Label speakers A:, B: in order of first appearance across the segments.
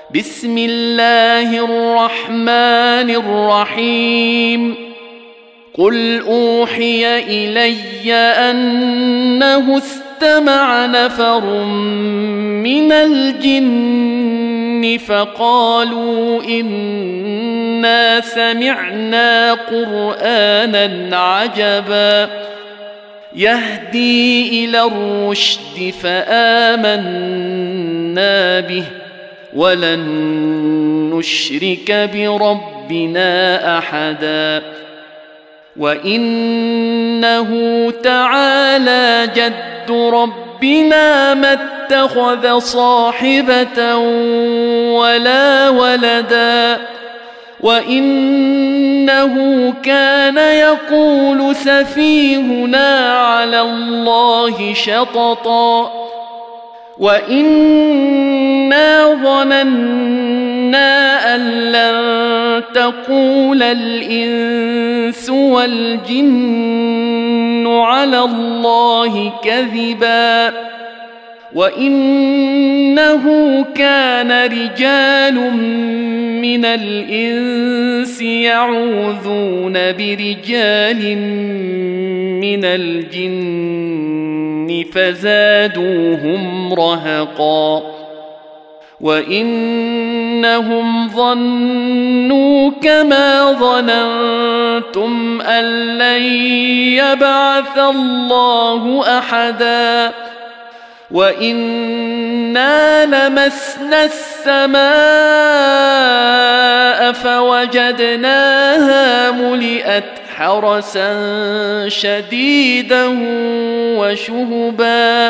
A: بسم الله الرحمن الرحيم قل أوحي إلي أنه استمع نفر من الجن فقالوا إنا سمعنا قرآنا عجبا يهدي إلى الرشد فآمنا به ولن نشرك بربنا أحدا وإنه تعالى جد ربنا ما اتخذ صاحبة ولا ولدا وإنه كان يقول سفيهنا على الله شططا وإنا ظننا أن لن تقول الإنس والجن على الله كذبا وإنه كان رجال من الإنس يعوذون برجال من الجن فزادوهم رهقا وإنهم ظنوا كما ظننتم أن لن يبعث الله أحدا وإنا لمسنا السماء فوجدناها ملئت حرسا شديدا وشهبا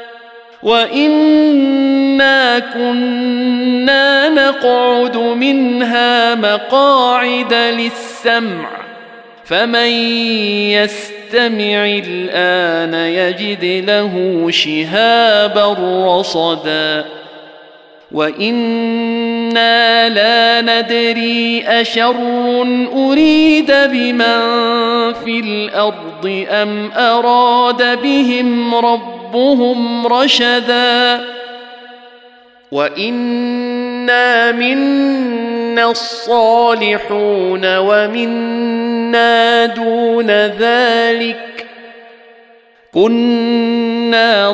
A: وإنا كنا نقعد منها مقاعد للسمع فمن يستمع الآن يجد له شهابا رصدا وإنا لا ندري أشر أريد بمن في الأرض أم أراد بهم ربهم رشدا وإنا منا الصالحون ومنا دون ذلك كنا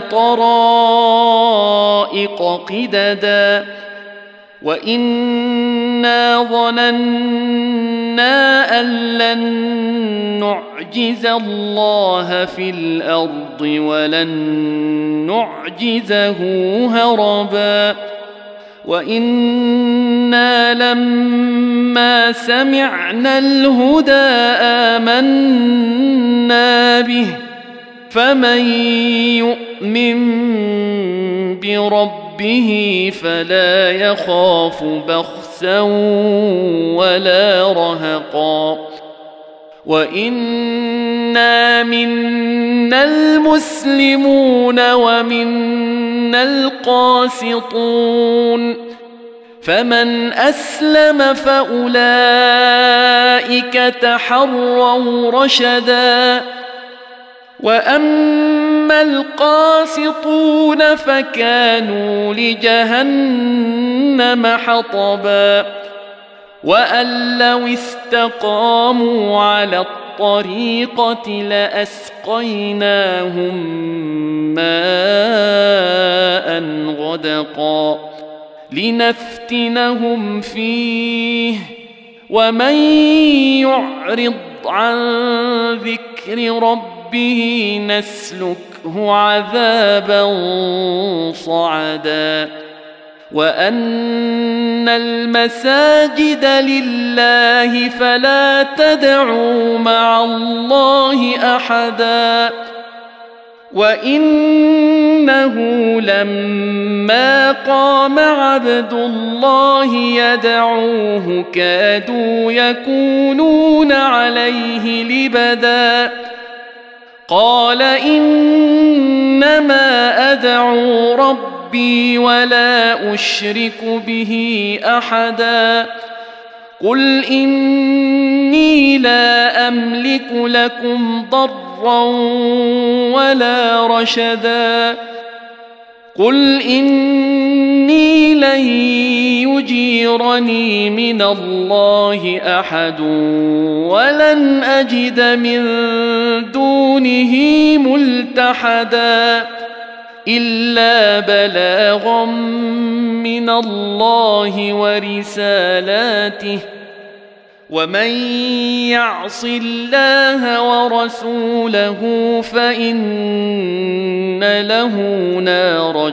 A: طرائق قددا وإنا ظننا أن لن نعجز الله في الأرض ولن نعجزه هربا وإنا لما سمعنا الهدى آمنا به فمن يؤمن بربه فلا يخاف بخسا ولا رهقا وإنا منا المسلمون ومنا القاسطون فمن أسلم فأولئك تحروا رشدا وأما القاسطون فكانوا لجهنم حطبا وأن لو استقاموا على الطريقة لأسقيناهم ماء غدقا لنفتنهم فيه ومن يعرض عن ذكر ربه نسلكه عذابا صعدا وأن المساجد لله فلا تدعوا مع الله أحدا وإنه لما قام عبد الله يدعوه كادوا يكونون عليه لبدا قال إنما أدعو ربي ولا أشرك به أحدا قل إني لا أملك لكم ضرا ولا رشدا قل إني لن يجيرني من الله أحد ولن أجد من دونه ملتحدا إلا بلاغا من الله ورسالاته ومن يعص الله ورسوله فإن له نار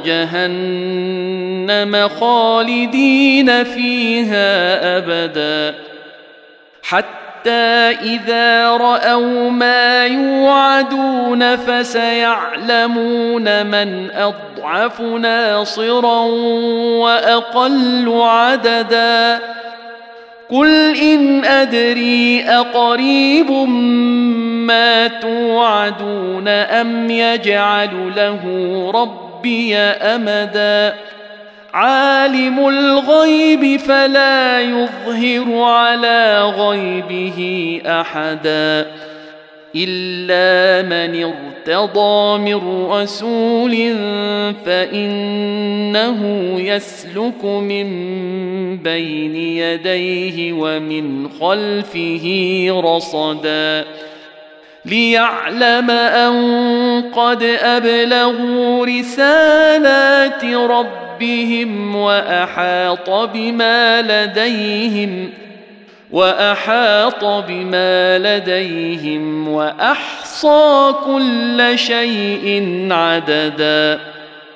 A: جهنم خالدين فيها أبدا حتى إذا رأوا ما يوعدون فسيعلمون من أضعف ناصرا وأقل عددا قل إن أدري أقريب ما توعدون أم يجعل له ربي أمدا عالم الغيب فلا يظهر على غيبه أحدا إلا من ارتضى من رسول فإنه يسلك من بين يديه ومن خلفه رصدا ليعلم أن قد أبلغوا رسالات ربهم وأحاط بما لديهم وأحصى كل شيء عددا.